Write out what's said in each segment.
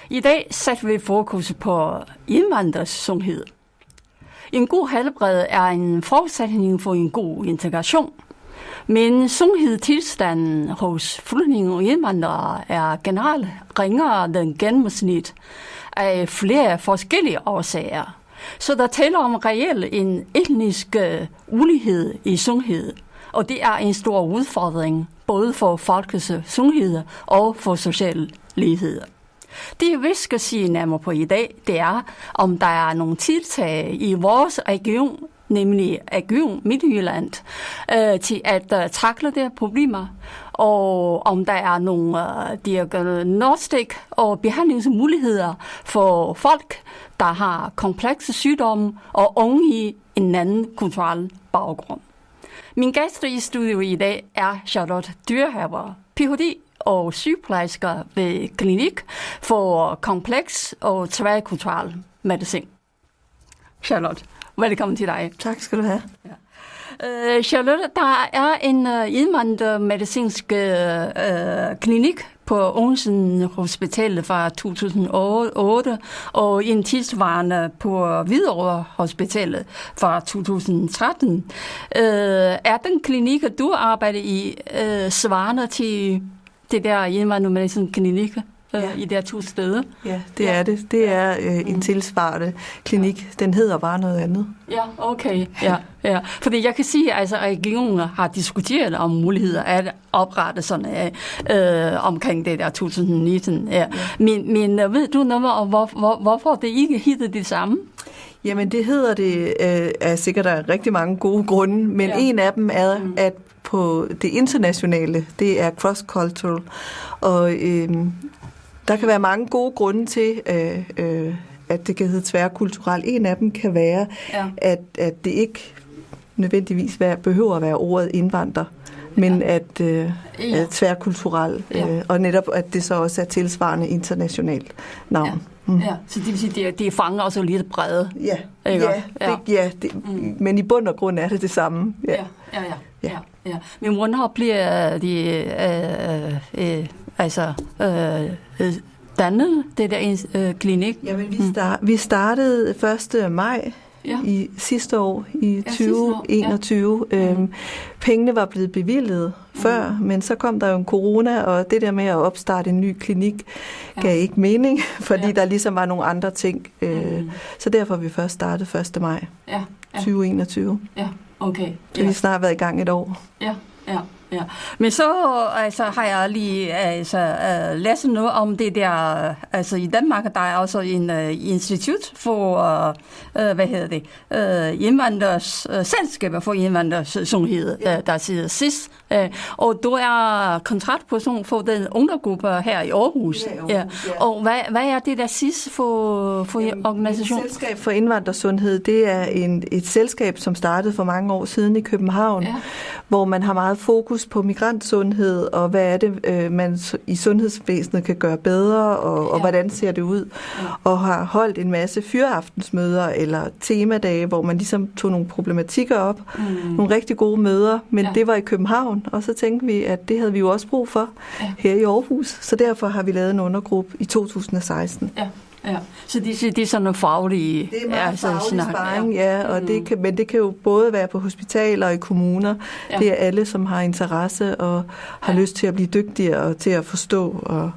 I dag sætter vi fokus på indvandrers sundhed. En god helbred er en forudsætning for en god integration. Men sundhedstilstanden hos flygtninge og indvandrere er generelt ringere end gennemsnit af flere forskellige årsager. Så der taler om reelt en etnisk ulighed i sundhed, og det er en stor udfordring både for folkets sundhed og for social lighed. Det vi skal sige nærmere på i dag, det er, om der er nogle tiltag i vores region, nemlig Region Midtjylland, til at takle de problemer, og om der er nogle diagnostik og behandlingsmuligheder for folk, der har komplekse sygdomme og unge i en anden kulturel baggrund. Min gæst i studiet i dag er Charlotte Dyrhaver, Ph.D. og sygeplejersker ved Klinik for kompleks og tværkulturel medicin. Charlotte, velkommen til dig. Tak skal du have. Ja. Charlotte, der er en indvandrermedicinsk klinik på Odense Hospital fra 2008 og en tilsvarende på Hvidovre Hospital fra 2013. Er den klinik, du arbejder i, svarende til det der indvandrermedicinsk klinik? I de her 2 steder. Ja, det er det. Det er en tilsvarende klinik. Den hedder bare noget andet. Ja, okay. Ja. Fordi jeg kan sige, at regionen har diskuteret om muligheder at oprette sådan omkring det der 2019. Ja. Men ved du noget om, hvorfor det ikke hedder det samme? Jamen, det hedder det af sikkert der er rigtig mange gode grunde, men en af dem er, at på det internationale, det er cross-cultural, og der kan være mange gode grunde til, at det kan hedde tværkulturelt. En af dem kan være, at det ikke nødvendigvis behøver at være ordet indvandrer, men at tværkulturelt, og netop at det så også er tilsvarende internationalt navn. Ja. Ja, så det vil sige, at det fanger også lidt brede. Men i bund og grund er det samme. Ja. Men hvornår bliver de dannet, det der klinik? Jamen, vi startede 1. maj i sidste år, i 2021. Pengene var blevet bevilget før, men så kom der jo en corona, og det der med at opstarte en ny klinik gav ikke mening, fordi der ligesom var nogle andre ting. Så derfor har vi først startet 1. maj 2021. Ja, okay. Så vi har snart været i gang et år. Ja. Men så har jeg lige læst noget om det der, i Danmark, der er også en institut for, indvandrers, selskaber for indvandrers sundhed, der siger SIS. Og du er kontraktperson for den undergruppe her i Aarhus. Og hvad er det der SIS for organisation? Et selskab for indvandrersundhed, det er et selskab, som startede for mange år siden i København, hvor man har meget fokus på migrantsundhed, og hvad er det, man i sundhedsvæsenet kan gøre bedre, og hvordan ser det ud, og har holdt en masse fyraftensmøder eller temadage, hvor man ligesom tog nogle problematikker op, nogle rigtig gode møder, men det var i København, og så tænkte vi, at det havde vi jo også brug for her i Aarhus, så derfor har vi lavet en undergruppe i 2016. Ja, så det er sådan noget faglige... Det er meget faglig sparring, og men det kan jo både være på hospitaler og i kommuner. Det er alle, som har interesse og har lyst til at blive dygtigere og til at forstå. Og,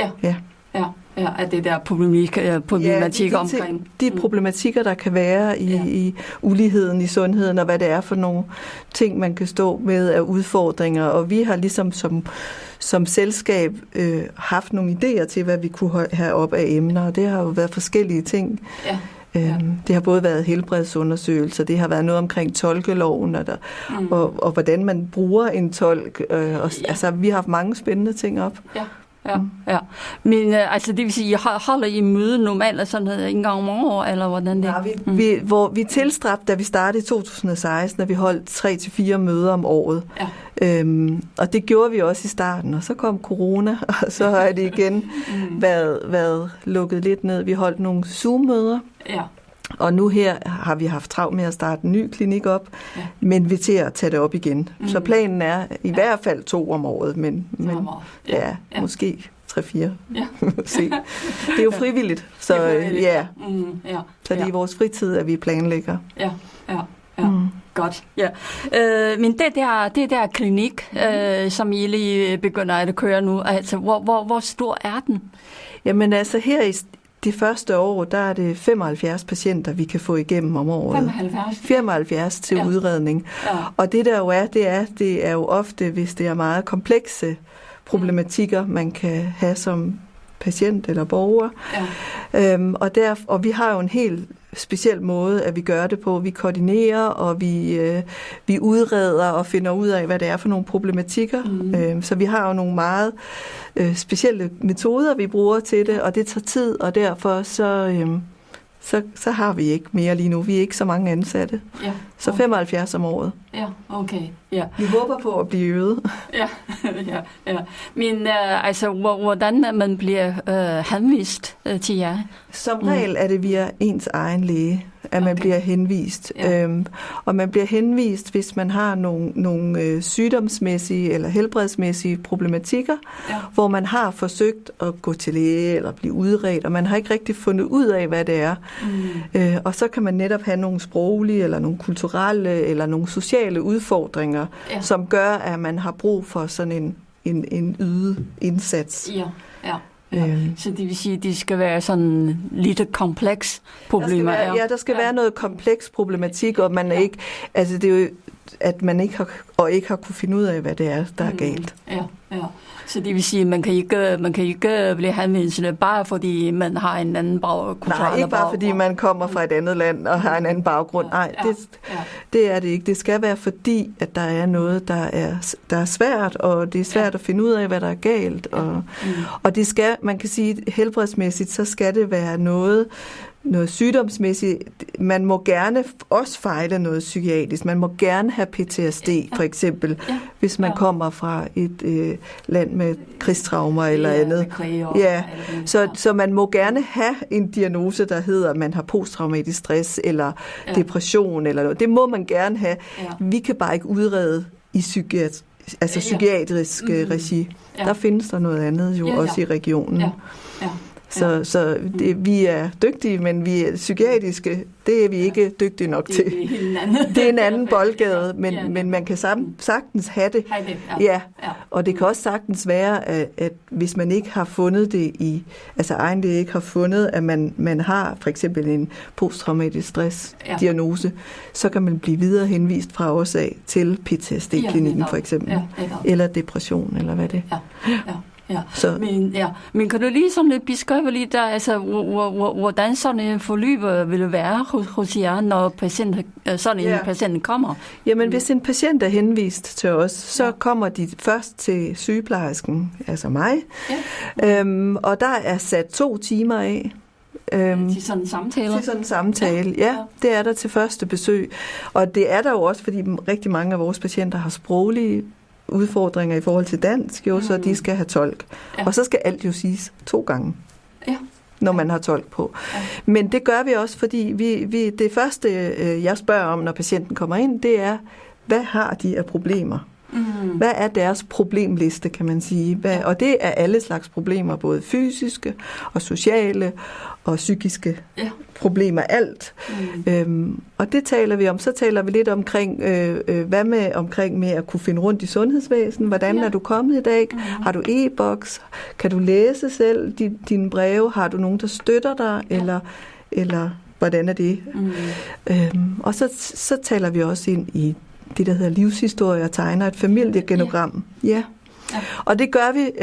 at det der problematikker omkring. De problematikker, der kan være i uligheden i sundheden, og hvad det er for nogle ting, man kan stå med af udfordringer. Og vi har ligesom som selskab haft nogle idéer til, hvad vi kunne have op af emner, og det har jo været forskellige ting. Det har både været helbredsundersøgelser, det har været noget omkring tolkeloven, og hvordan man bruger en tolk. Altså, vi har haft mange spændende ting op. Ja. Men det vil sige, holder I møde normalt sådan en gang om året, eller hvordan det? Ja, vi tilstræbte, da vi startede i 2016, at vi holdt 3-4 møder om året. Og det gjorde vi også i starten, og så kom corona, og så har det igen været lukket lidt ned. Vi holdt nogle Zoom-møder. Og nu her har vi haft travlt med at starte en ny klinik op, men vi til at tage det op igen. Så planen er i hvert fald 2 om året, men måske 3-4 se. Det er jo frivilligt, så ja. Så det er i vores fritid, at vi planlægger. Ja. Godt. Ja. Men det der klinik, som I lige begynder at køre nu, altså hvor stor er den? Jamen altså her i de første år, der er det 75 patienter, vi kan få igennem om året. 75 til udredning. Ja. Og det der jo det er jo ofte, hvis det er meget komplekse problematikker, man kan have som patient eller borger. Ja. Og vi har jo en helt speciel måde, at vi gør det på. Vi koordinerer, og vi udreder og finder ud af, hvad det er for nogle problematikker. Så vi har jo nogle meget specielle metoder, vi bruger til det, og det tager tid, og derfor så har vi ikke mere lige nu. Vi er ikke så mange ansatte. Ja, okay. Så 75 om året. Ja, okay. Ja. Vi håber på at blive øget. Ja. Men altså, hvordan man bliver henvist til jer? Som regel er det via ens egen læge, at man bliver henvist. Ja. Og man bliver henvist, hvis man har nogle sygdomsmæssige eller helbredsmæssige problematikker, hvor man har forsøgt at gå til læge eller blive udredt, og man har ikke rigtig fundet ud af, hvad det er. Og så kan man netop have nogle sproglige eller nogle kulturelle eller nogle sociale udfordringer, som gør, at man har brug for sådan en ydet indsats. Ja. Så det vil sige, at det skal være sådan lidt kompleks problemer. Der skal være noget kompleks problematik, og man ikke, altså det er jo, at man ikke har kunne finde ud af, hvad det er, der er galt. Ja. Så det vil sige, at man kan ikke blive henvendt bare fordi man har en anden baggrund. Nej, ikke bare fordi man kommer fra et andet land og har en anden baggrund. Nej, det er det ikke. Det skal være fordi, at der er noget, der er svært, og det er svært at finde ud af, hvad der er galt. Og det skal, man kan sige, helbredsmæssigt, så skal det være noget sygdomsmæssigt. Man må gerne også fejle noget psykiatrisk. Man må gerne have PTSD, for eksempel, hvis man kommer fra et land med krigstraumer eller andet. Så man må gerne have en diagnose, der hedder, at man har posttraumatisk stress eller depression eller noget. Det må man gerne have. Vi kan bare ikke udrede i psykiatrisk regi. Der findes der noget andet jo også i regionen. Så vi er dygtige, men vi er psykiatriske, det er vi ikke dygtige nok til. Det er en anden boldgade, men man kan sagtens have det. Og det kan også sagtens være, at hvis man ikke har fundet det egen læge ikke har fundet, at man har for eksempel en posttraumatisk stress-diagnose, så kan man blive videre henvist fra os af til PTSD-klinikken for eksempel, eller depression, eller hvad det er. Men kan du lige sådan lidt beskrive lidt, altså, hvordan sådan en forløb vil være hos jer, når en patient kommer? Jamen, hvis en patient er henvist til os, så kommer de først til sygeplejersken, altså mig, og der er sat 2 timer af. Til sådan en samtale? Ja, det er der til første besøg. Og det er der jo også, fordi rigtig mange af vores patienter har sproglige udfordringer i forhold til dansk, så de skal have tolk. Og så skal alt jo siges 2 gange, når man har tolk på. Men det gør vi også, fordi det første, jeg spørger om, når patienten kommer ind, det er, hvad har de af problemer? Hvad er deres problemliste, kan man sige? Og det er alle slags problemer, både fysiske og sociale og psykiske problemer, alt. Og det taler vi om. Så taler vi lidt omkring, hvad med at kunne finde rundt i sundhedsvæsenet. Hvordan er du kommet i dag? Har du e-boks? Kan du læse selv dine breve? Har du nogen, der støtter dig? Eller hvordan er det? Og så taler vi også ind i det, der hedder livshistorie, og tegner et familiegenogram. Og det gør vi,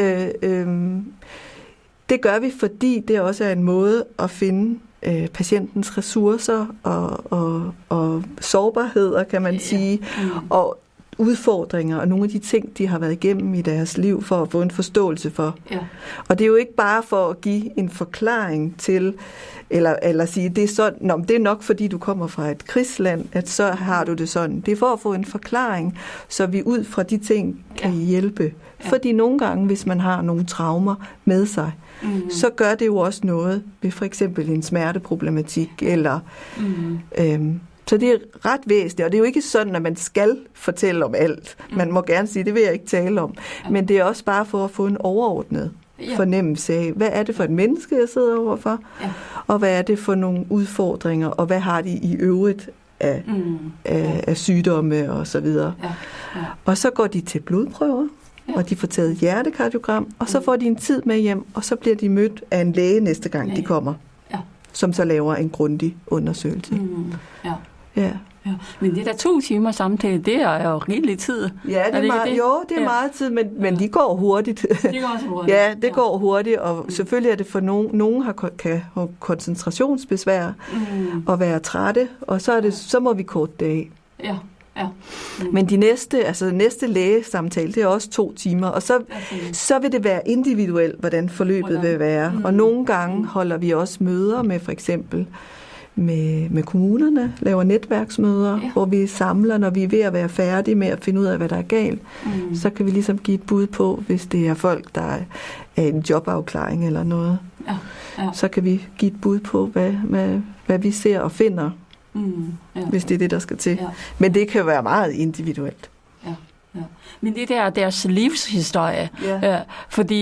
fordi det også er en måde at finde patientens ressourcer og sårbarheder, kan man sige, og udfordringer og nogle af de ting, de har været igennem i deres liv for at få en forståelse for. Og det er jo ikke bare for at give en forklaring til, eller sige, det er sådan, det er nok fordi du kommer fra et krigsland, at så har du det sådan. Det er for at få en forklaring, så vi ud fra de ting kan hjælpe. Fordi nogle gange, hvis man har nogle traumer med sig, så gør det jo også noget ved for eksempel en smerteproblematik, eller så det er ret væsentligt, og det er jo ikke sådan, at man skal fortælle om alt. Man må gerne sige, det vil jeg ikke tale om. Men det er også bare for at få en overordnet fornemmelse af, hvad er det for et menneske, jeg sidder overfor, og hvad er det for nogle udfordringer, og hvad har de i øvrigt af sygdomme og så videre. Og så går de til blodprøver, og de får taget hjertekardiogram, og så får de en tid med hjem, og så bliver de mødt af en læge næste gang, de kommer, som så laver en grundig undersøgelse. Ja. Ja, men det der 2 timer samtale, det er jo rigelig tid. Ja, det er meget tid, men de går hurtigt. Det går også hurtigt. Ja, det går hurtigt, og selvfølgelig er det for nogen kan have koncentrationsbesvær og være trætte, og så må vi korte det af. Ja. Men næste lægesamtale, det er også 2 timer, og så vil det være individuelt, hvordan forløbet vil være. Og nogle gange holder vi også møder med for eksempel med kommunerne, laver netværksmøder, hvor vi samler, når vi er ved at være færdige med at finde ud af, hvad der er galt. Så kan vi ligesom give et bud på, hvis det er folk, der er en jobafklaring eller noget. Så kan vi give et bud på, hvad vi ser og finder, hvis det er det, der skal til. Men det kan være meget individuelt. Ja. Men det der er deres livshistorie, fordi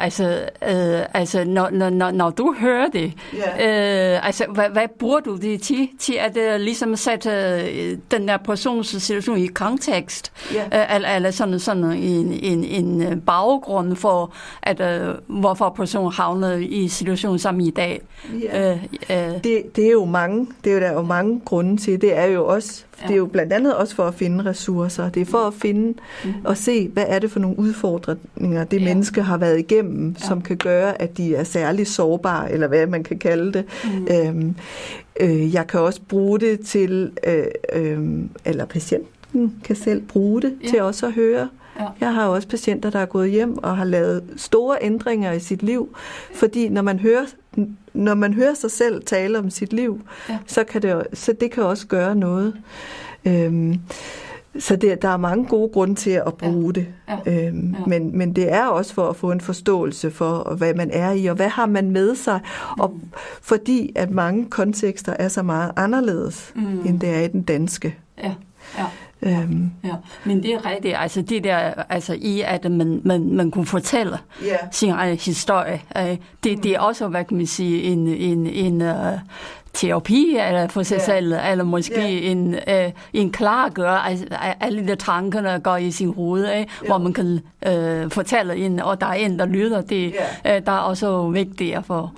når du hører det, hvad bruger du det til at ligesom sætte den der persons situation i kontekst, eller sådan en baggrund for hvorfor personen havner i situationen som i dag? Det er jo mange, der er jo mange grunde til. Det er jo også det er jo blandt andet også for at finde ressourcer. Det er for at finde og se, hvad er det for nogle udfordringer, det menneske har været igennem, som kan gøre, at de er særlig sårbare, eller hvad man kan kalde det. Jeg kan også bruge det til, eller patienten kan selv bruge det til også at høre. Jeg har også patienter, der er gået hjem og har lavet store ændringer i sit liv, fordi når man hører sig selv tale om sit liv, så det kan også gøre noget. Så der er mange gode grunde til at bruge det. Men det er også for at få en forståelse for, hvad man er i, og hvad har man med sig. Og fordi at mange kontekster er så meget anderledes, end det er i den danske. Men det er rigtigt, altså det der, i at man kunne fortælle sin egen historie. Det er også, hvad kan man sige, en terapi eller for sig selv, eller måske en klargør, alle de tankerne går i sin hoved, hvor man kan fortælle ind, og der er en, der lytter, det der er også vigtigt for.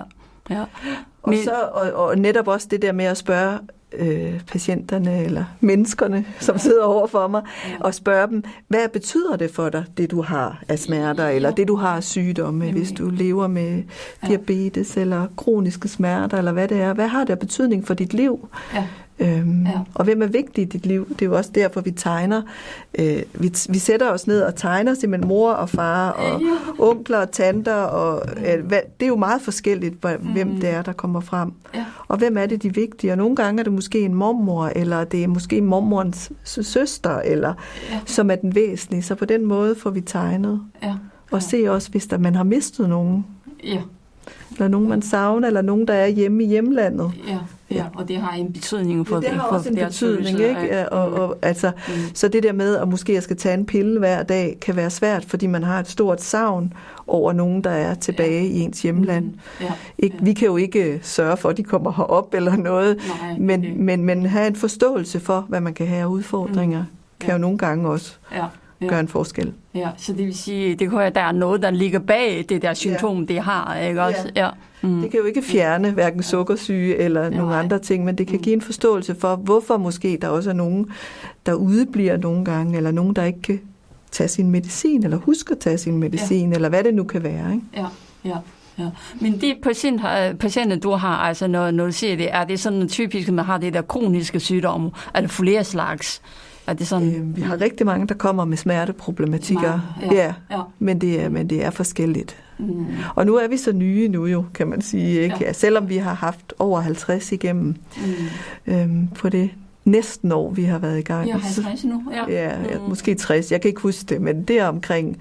Og netop også det der med at spørge patienterne eller menneskerne, som sidder over for mig, og spørge dem, hvad betyder det for dig, det du har af smerter, eller det du har af sygdomme, hvis du lever med diabetes, eller kroniske smerter, eller hvad det er. Hvad har det af betydning for dit liv? Og hvem er vigtig i dit liv? Det er jo også derfor, vi tegner. Vi sætter os ned og tegner simpelthen mor og far, og onkler og tanter, og det er jo meget forskelligt, hvem det er, der kommer frem. Og hvem er det, de vigtige? Og nogle gange er det måske en mormor, eller det er måske mormorens søster, eller som er den væsentlige. Så på den måde får vi tegnet. Og se også, hvis man har mistet nogen. Eller nogen, man savner, eller nogen, der er hjemme i hjemlandet. Og det har en betydning for det. Det har også en betydning, ikke? Så det der med, at måske jeg skal tage en pille hver dag, kan være svært, fordi man har et stort savn over nogen, der er tilbage i ens hjemland. Vi kan jo ikke sørge for, at de kommer herop eller noget, men have en forståelse for, hvad man kan have af udfordringer, kan jo nogle gange også gøre en forskel. Så det vil sige, det kan være, at der er noget, der ligger bag det der symptom, det har, ikke også? Det kan jo ikke fjerne hverken sukkersyge eller nogle andre ting, men det kan give en forståelse for, hvorfor måske der også er nogen, der udebliver nogle gange, eller nogen, der ikke kan tage sin medicin, eller husker at tage sin medicin, eller hvad det nu kan være, ikke? Men de patienter, du har, altså når du siger det, er det sådan typisk, at man har det der kroniske sygdomme, eller flere slags? Vi har rigtig mange, der kommer med smerteproblematikker. Men det er forskelligt. Og nu er vi så nye nu jo, kan man sige, ikke? Ja, selvom vi har haft over 50 igennem på det næsten år, vi har været i gang. 50 nu, måske 60. Jeg kan ikke huske det, men det er omkring.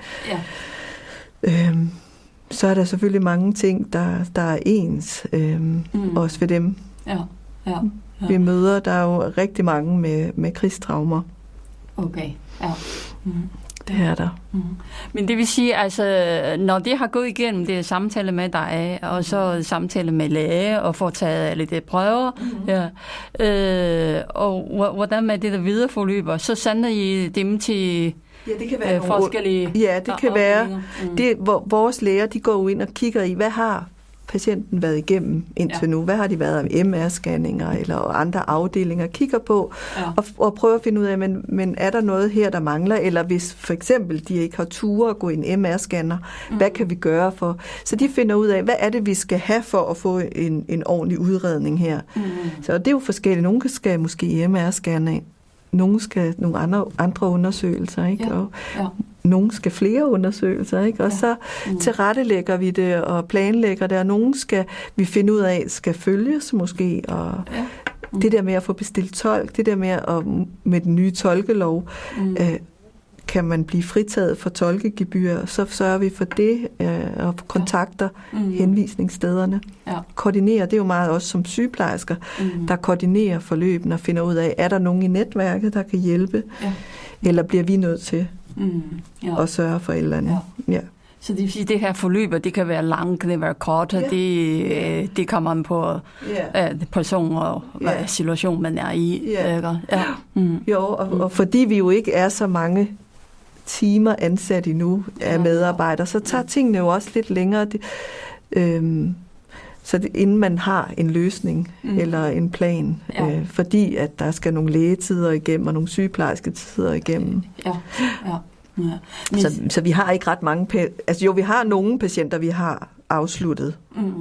Så er der selvfølgelig mange ting, der er ens, også ved dem. Vi møder, der er jo rigtig mange med krigstraumer. Okay, Det er der. Men det vil sige, altså, når det har gået igennem det samtale med dig, og så samtale med læge, og får taget alle de prøver, og hvordan med det der videre forløber, så sender I dem til det kan være forskellige... Ja, det kan være. Det, hvor vores læger, de går jo ind og kigger i, hvad har patienten været igennem indtil nu? Hvad har de været af MR-scanninger eller andre afdelinger? Kigger på og prøver at finde ud af, men er der noget her, der mangler? Eller hvis for eksempel de ikke har ture at gå i en MR-scanner, hvad kan vi gøre for? Så de finder ud af, hvad er det, vi skal have for at få en ordentlig udredning her? Så det er jo forskelligt. Nogle skal måske i MR-scanner, nogle skal nogle andre undersøgelser, ikke? Og nogle skal flere undersøgelser, ikke? Og så tilrettelægger vi det og planlægger det, og nogle skal vi finde ud af, skal følges måske, og det der med at få bestilt tolk, det der med den nye tolkelov, kan man blive fritaget for tolkegebyr, så sørger vi for det, og kontakter henvisningsstederne. Koordinerer, det er jo meget også som sygeplejersker, der koordinerer forløbene og finder ud af, er der nogen i netværket, der kan hjælpe, eller bliver vi nødt til at sørge for et eller andet. Ja. Så det vil sige, at det her forløb, det kan være langt, det kan være kort, det kommer man på person og situation, man er i. Jo, og fordi vi jo ikke er så mange timer ansat endnu af medarbejdere, så tager tingene jo også lidt længere. Så inden man har en løsning eller en plan, fordi at der skal nogle lægetider igennem og nogle sygeplejerske tider igennem. Så vi har ikke ret mange... vi har nogle patienter, vi har afsluttet.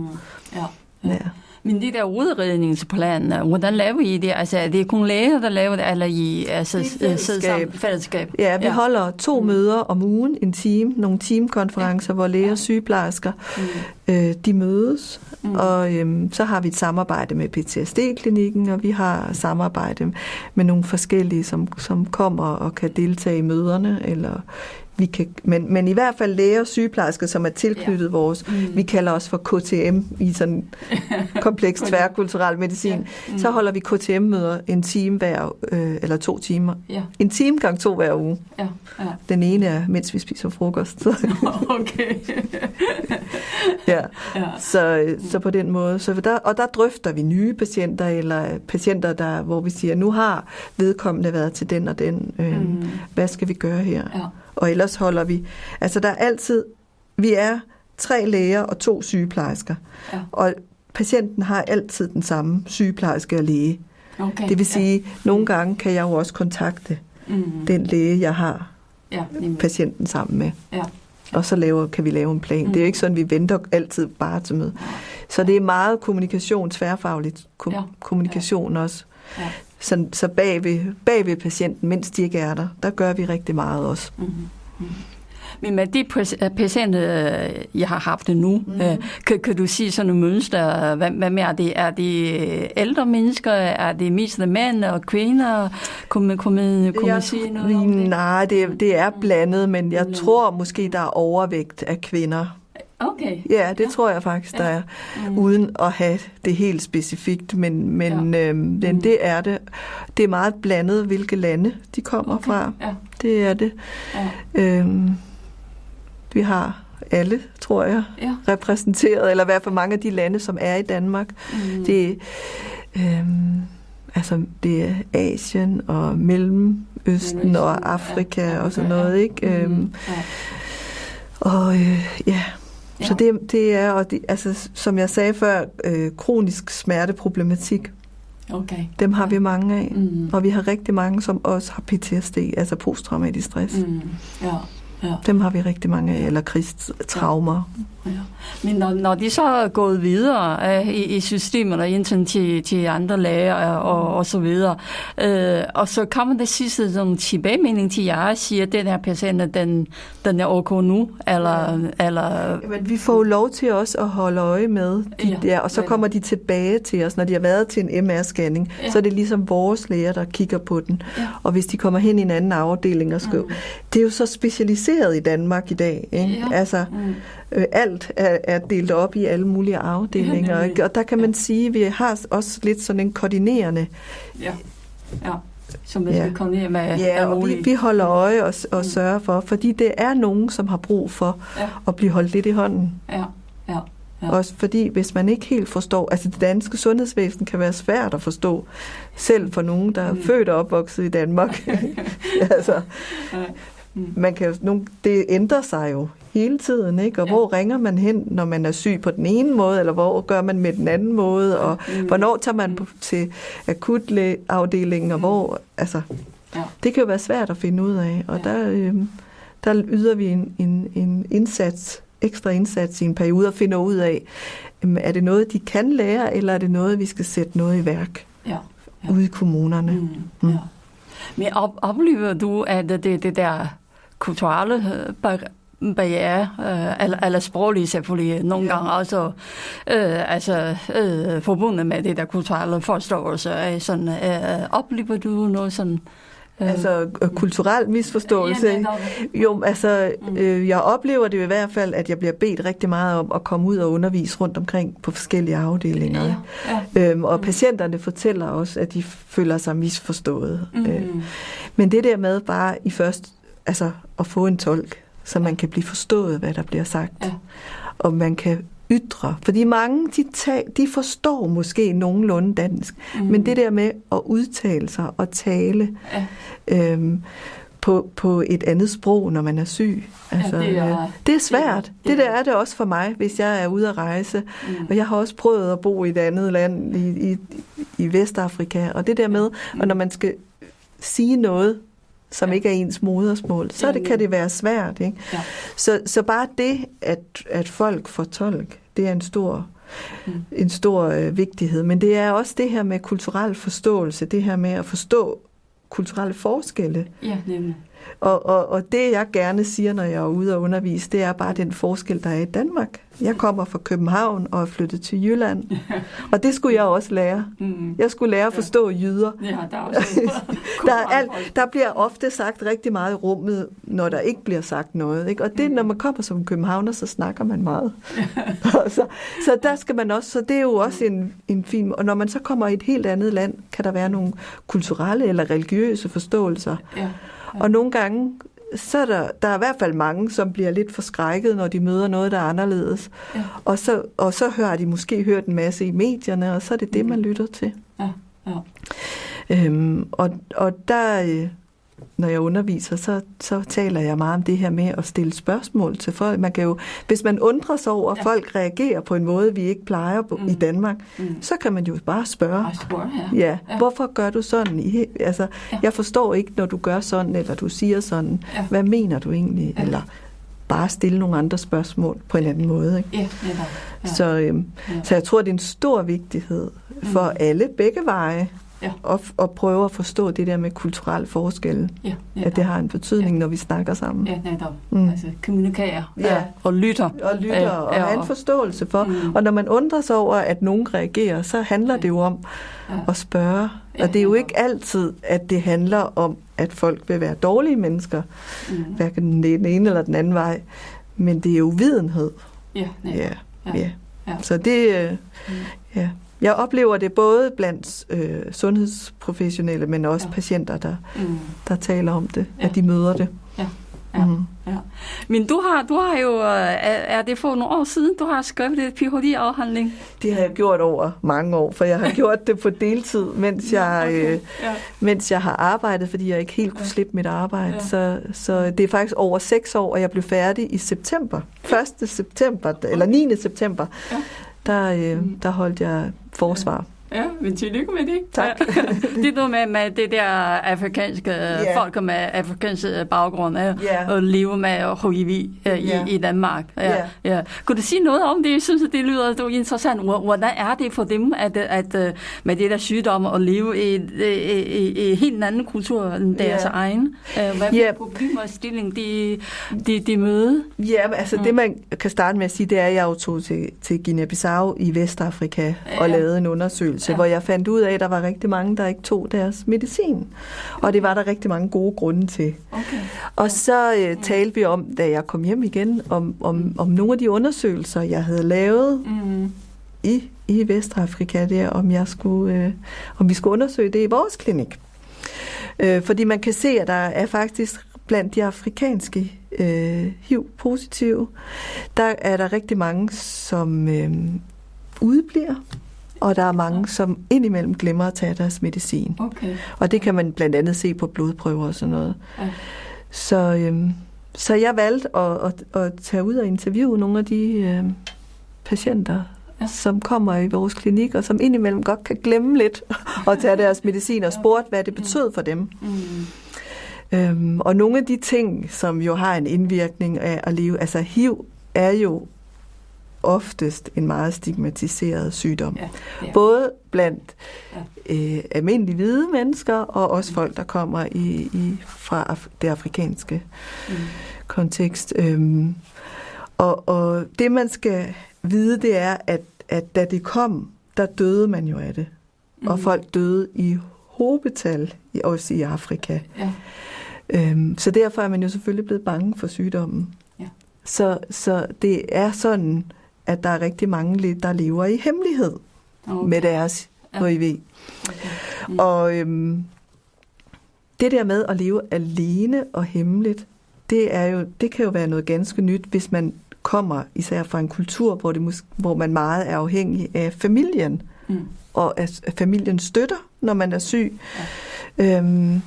Men det der udredningsplan, hvordan laver I det? Altså, er det kun læger, der laver det, eller I fællesskab? Ja, vi holder 2 møder om ugen, en time, nogle teamkonferencer, hvor læger og sygeplejersker, de mødes. Og så har vi et samarbejde med PTSD-klinikken, og vi har samarbejde med nogle forskellige, som kommer og kan deltage i møderne, eller vi kan, men i hvert fald læger og sygeplejersker, som er tilknyttet vores, vi kalder os for KTM i sådan kompleks tværkulturel medicin, så holder vi KTM-møder en time eller 2 timer. En time gang 2 hver uge. Den ene er, mens vi spiser frokost. Okay. Så på den måde. Og der drøfter vi nye patienter, eller patienter, hvor vi siger, nu har vedkommende været til den og den. Hvad skal vi gøre her? Og ellers holder vi... Altså, der er altid... Vi er 3 læger og 2 sygeplejersker. Og patienten har altid den samme sygeplejerske og læge. Okay, det vil sige, nogle gange kan jeg jo også kontakte den læge, jeg har patienten sammen med. Og så kan vi lave en plan. Det er jo ikke sådan, vi venter altid bare til møde. Så det er meget kommunikation, tværfagligt kommunikation også. Så bag ved patienten, mens de ikke er der gør vi rigtig meget også. Men med de patienter, jeg har haft nu, kan du sige sådan nogle mønstre? Hvad med er det? Er det ældre mennesker? Er det mest mænd og kvinder? Kunne man sige noget om det? Nej, det er blandet, men jeg tror måske, der er overvægt af kvinder. Okay. Ja, det tror jeg faktisk, der er, uden at have det helt specifikt, men det er det. Det er meget blandet, hvilke lande de kommer fra. Det er det. Vi har alle, tror jeg, repræsenteret, eller i hvert fald mange af de lande, som er i Danmark. Det er Asien og Mellemøsten og Afrika og sådan noget, ikke? Så det er, og som jeg sagde før, kronisk smerteproblematik. Okay. Dem har vi mange af, og vi har rigtig mange, som også har PTSD, altså posttraumatisk stress. Dem har vi rigtig mange af, eller krigstraumer. Men når de så er gået videre i systemet og ind til andre læger og så videre, og så kommer det sidste sådan tilbagemelding til jer og siger, at den her patient, den er ok nu, eller... Men vi får lov til også at holde øje med de der, og så kommer de tilbage til os, når de har været til en MR-scanning, så er det ligesom vores læger, der kigger på den. Og hvis de kommer hen i en anden afdeling og skal... Det er jo så specialiseret i Danmark i dag, ikke? Altså, alt er delt op i alle mulige afdelinger, ikke? Og der kan man sige, at vi har også lidt sådan en koordinerende Som man skal komme ned med. Ja, og vi holder øje og sørger for, fordi det er nogen, som har brug for at blive holdt lidt i hånden. Ja. Også fordi, hvis man ikke helt forstår, altså det danske sundhedsvæsen kan være svært at forstå, selv for nogen, der er født og opvokset i Danmark. Altså, man kan det ændrer sig jo hele tiden, ikke? Og hvor ringer man hen, når man er syg på den ene måde, eller hvor gør man med den anden måde, og hvornår tager man til akutafdelingen, og hvor, altså, det kan jo være svært at finde ud af, og der yder vi en ekstra indsats i en periode og finder ud af, er det noget, de kan lære, eller er det noget, vi skal sætte noget i værk ude i kommunerne. Men oplever du, at det der kulturelle barriere, eller sproglige selvfølgelig, nogle gange også forbundet med det der kulturelle forståelse, sådan, oplever du noget sådan? Altså kulturel misforståelse. Jo, altså jeg oplever det i hvert fald, at jeg bliver bedt rigtig meget om at komme ud og undervise rundt omkring på forskellige afdelinger. Og patienterne fortæller også, at de føler sig misforstået. Men det der med bare at få en tolk, så man kan blive forstået, hvad der bliver sagt. Og man kan ytre. Fordi mange, de forstår måske nogenlunde dansk, men det der med at udtale sig og tale på et andet sprog, når man er syg, altså, det er svært. Det der er det også for mig, hvis jeg er ude at rejse. Og jeg har også prøvet at bo i et andet land, i Vestafrika, og det der med, og når man skal sige noget, som ikke er ens modersmål, så kan det være svært. Ikke? Så bare det, at folk får tolk, det er en stor vigtighed. Men det er også det her med kulturel forståelse, det her med at forstå kulturelle forskelle. Ja, nemlig. Og det, jeg gerne siger, når jeg er ude og undervise, det er bare den forskel, der er i Danmark. Jeg kommer fra København og er flyttet til Jylland. Og det skulle jeg også lære. Jeg skulle lære at forstå jyder. Ja, der er også der bliver ofte sagt rigtig meget i rummet, når der ikke bliver sagt noget. Ikke? Og det, når man kommer som københavner, så snakker man meget. så der skal man også, så det er jo også en fin. Og når man så kommer i et helt andet land, kan der være nogle kulturelle eller religiøse forståelser. Og nogle gange, så er der er i hvert fald mange, som bliver lidt forskrækket, når de møder noget, der er anderledes. Og så har de måske hørt en masse i medierne, og så er det det, man lytter til. Og der, når jeg underviser, så taler jeg meget om det her med at stille spørgsmål til folk. Man kan jo, hvis man undrer sig over, at folk reagerer på en måde, vi ikke plejer i Danmark, så kan man jo bare spørge. Hvorfor gør du sådan? Jeg forstår ikke, når du gør sådan, eller du siger sådan. Hvad mener du egentlig? Eller bare stille nogle andre spørgsmål på en anden måde. Ikke? Så jeg tror, det er en stor vigtighed for alle begge veje. Og prøve at forstå det der med kulturelle forskelle. At det har en betydning, når vi snakker sammen. Ja, netop. Altså kommunikere og lytter. Og have en forståelse for. Og når man undrer sig over, at nogen reagerer, så handler det jo om at spørge. Og det er jo ikke altid, at det handler om, at folk vil være dårlige mennesker. Hverken den ene eller den anden vej. Men det er jo videnhed. Så det... Jeg oplever det både blandt sundhedsprofessionelle, men også patienter, der taler om det, at de møder det. Men du har jo, er det for nogle år siden, du har skrevet et Ph.D.-afhandling? Det har jeg gjort over mange år, for jeg har gjort det på deltid, mens jeg har arbejdet, fordi jeg ikke helt kunne slippe mit arbejde. Så det er faktisk over 6 år, og jeg blev færdig i september. 1. september, eller 9. september. Der holdt jeg forsvar. Ja, men tillykke med det. Tak. Det er noget med det der afrikanske folk med afrikansk baggrund og leve med HIV i Danmark. Kunne du sige noget om det? Jeg synes, at det lyder interessant. Hvordan er det for dem at med det der sygdom at leve i en helt anden kultur end deres egen? Hvad er problemer og stilling de møder? Ja, altså det man kan starte med at sige, det er, at jeg jo tog til Guinea-Bissau i Vestafrika og lavede en undersøgelse, hvor jeg fandt ud af, at der var rigtig mange, der ikke tog deres medicin. Og det var der rigtig mange gode grunde til. Og så talte vi om, da jeg kom hjem igen, om nogle af de undersøgelser, jeg havde lavet i Vestafrika, der, om vi skulle undersøge det i vores klinik. Fordi man kan se, at der er faktisk blandt de afrikanske HIV-positive, der er der rigtig mange, som udebliver, og der er mange, som indimellem glemmer at tage deres medicin. Okay. Og det kan man blandt andet se på blodprøver og sådan noget. Ja. Så jeg valgte at tage ud og interviewe nogle af de patienter, som kommer i vores klinik, og som indimellem godt kan glemme lidt at tage deres medicin, og spurgte, hvad det betød for dem. Og nogle af de ting, som jo har en indvirkning af at leve, altså HIV er jo oftest en meget stigmatiseret sygdom. Ja. Både blandt almindelige hvide mennesker, og også folk, der kommer fra det afrikanske kontekst. Og det, man skal vide, det er, at da det kom, der døde man jo af det. Og folk døde i hobetal, også i Afrika. Ja. Så derfor er man jo selvfølgelig blevet bange for sygdommen. Ja. Så det er sådan, at der er rigtig mange, der lever i hemmelighed med deres HIV. Okay. Og det der med at leve alene og hemmeligt, det kan jo være noget ganske nyt, hvis man kommer især fra en kultur, hvor man meget er afhængig af familien, og at familien støtter, når man er syg. Ja.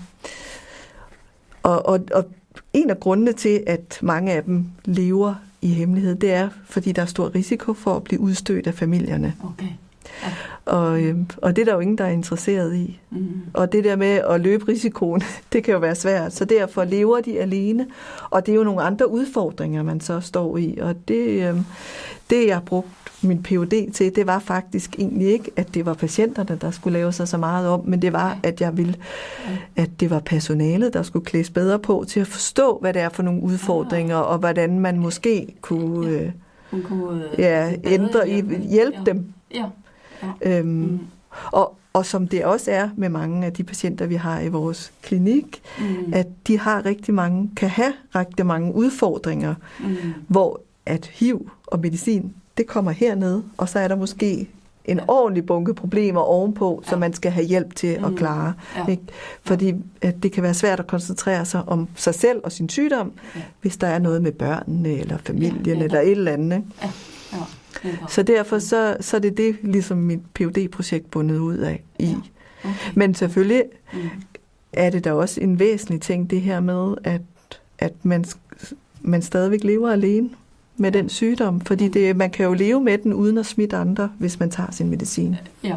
Og en af grundene til, at mange af dem lever i hemmelighed, det er, fordi der er stor risiko for at blive udstødt af familierne. Okay. Ja. Og det er der jo ingen, der er interesseret i. Og det der med at løbe risikoen, det kan jo være svært. Så derfor lever de alene, og det er jo nogle andre udfordringer, man så står i. Og det jeg brugte min Ph.D. til, det var faktisk egentlig ikke, at det var patienterne, der skulle lave sig så meget om, men det var, at jeg ville, at det var personalet, der skulle klædes bedre på til at forstå, hvad det er for nogle udfordringer, og hvordan man måske kunne hjælpe dem. Ja. Ja. Og som det også er med mange af de patienter, vi har i vores klinik, at de kan have rigtig mange udfordringer, hvor at HIV og medicin, det kommer herned, og så er der måske en ordentlig bunke problemer ovenpå, som man skal have hjælp til at klare. Ikke? Fordi at det kan være svært at koncentrere sig om sig selv og sin sygdom, hvis der er noget med børnene, eller familien, eller et eller andet. Så derfor så er det ligesom mit Ph.D.-projekt bundet ud af i. Okay. Men selvfølgelig er det da også en væsentlig ting, det her med, at man stadigvæk lever alene med den sygdom, fordi man kan jo leve med den uden at smitte andre, hvis man tager sin medicin. Ja.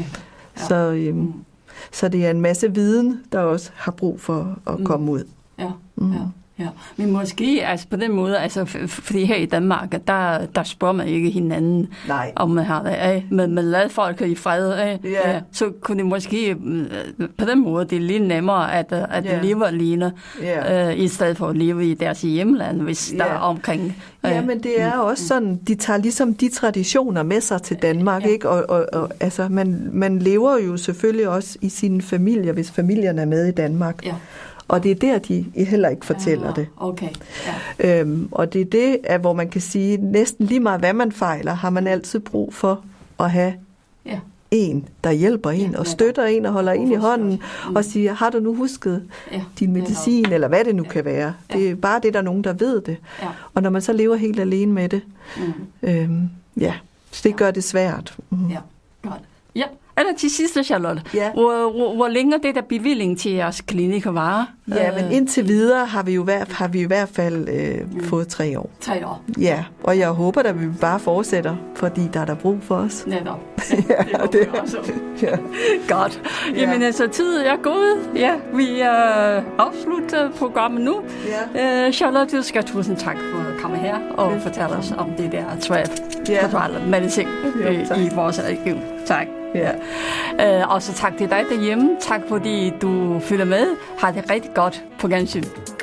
Så det er en masse viden, der også har brug for at komme ud. Ja. Ja, men måske altså på den måde, altså fordi her i Danmark, der spørger man ikke hinanden, om man har det. Men man lader folk i fred, så kunne det måske på den måde, det er lidt nemmere, at de lever alene, i stedet for at leve i deres hjemland, hvis der er omkring. Ja, men det er også sådan, de tager ligesom de traditioner med sig til Danmark, ikke? Og altså, man lever jo selvfølgelig også i sine familier, hvis familierne er med i Danmark. Ja. Og det er der, de heller ikke fortæller det. Okay. Ja. Og det er det, hvor man kan sige, næsten lige meget hvad man fejler, har man altid brug for at have en, der hjælper en og støtter en og holder en i hånden og siger, har du nu husket din medicin, eller hvad det nu kan være. Det er bare det, der er nogen, der ved det. Ja. Og når man så lever helt alene med det, så det gør det svært. Ja, godt. Ja. Eller til sidste, Charlotte. Ja. Hvor længe er det der bevilling til jeres klinik at vare? Ja, men indtil videre har vi i hvert fald fået 3 år. 3 år? Ja, og jeg håber, at vi bare fortsætter, fordi der er der brug for os. Netop. Det også. Ja. Godt. Jamen altså, tiden er gået. Ja, vi afslutter programmet nu. Ja. Charlotte, du skal tusind tak for at komme her og fortælle os om det der tværfaglige medicin i vores region. Tak. Ja. Og så tak til dig derhjemme. Tak fordi du følger med. Ha' det rigtig godt på gensyn.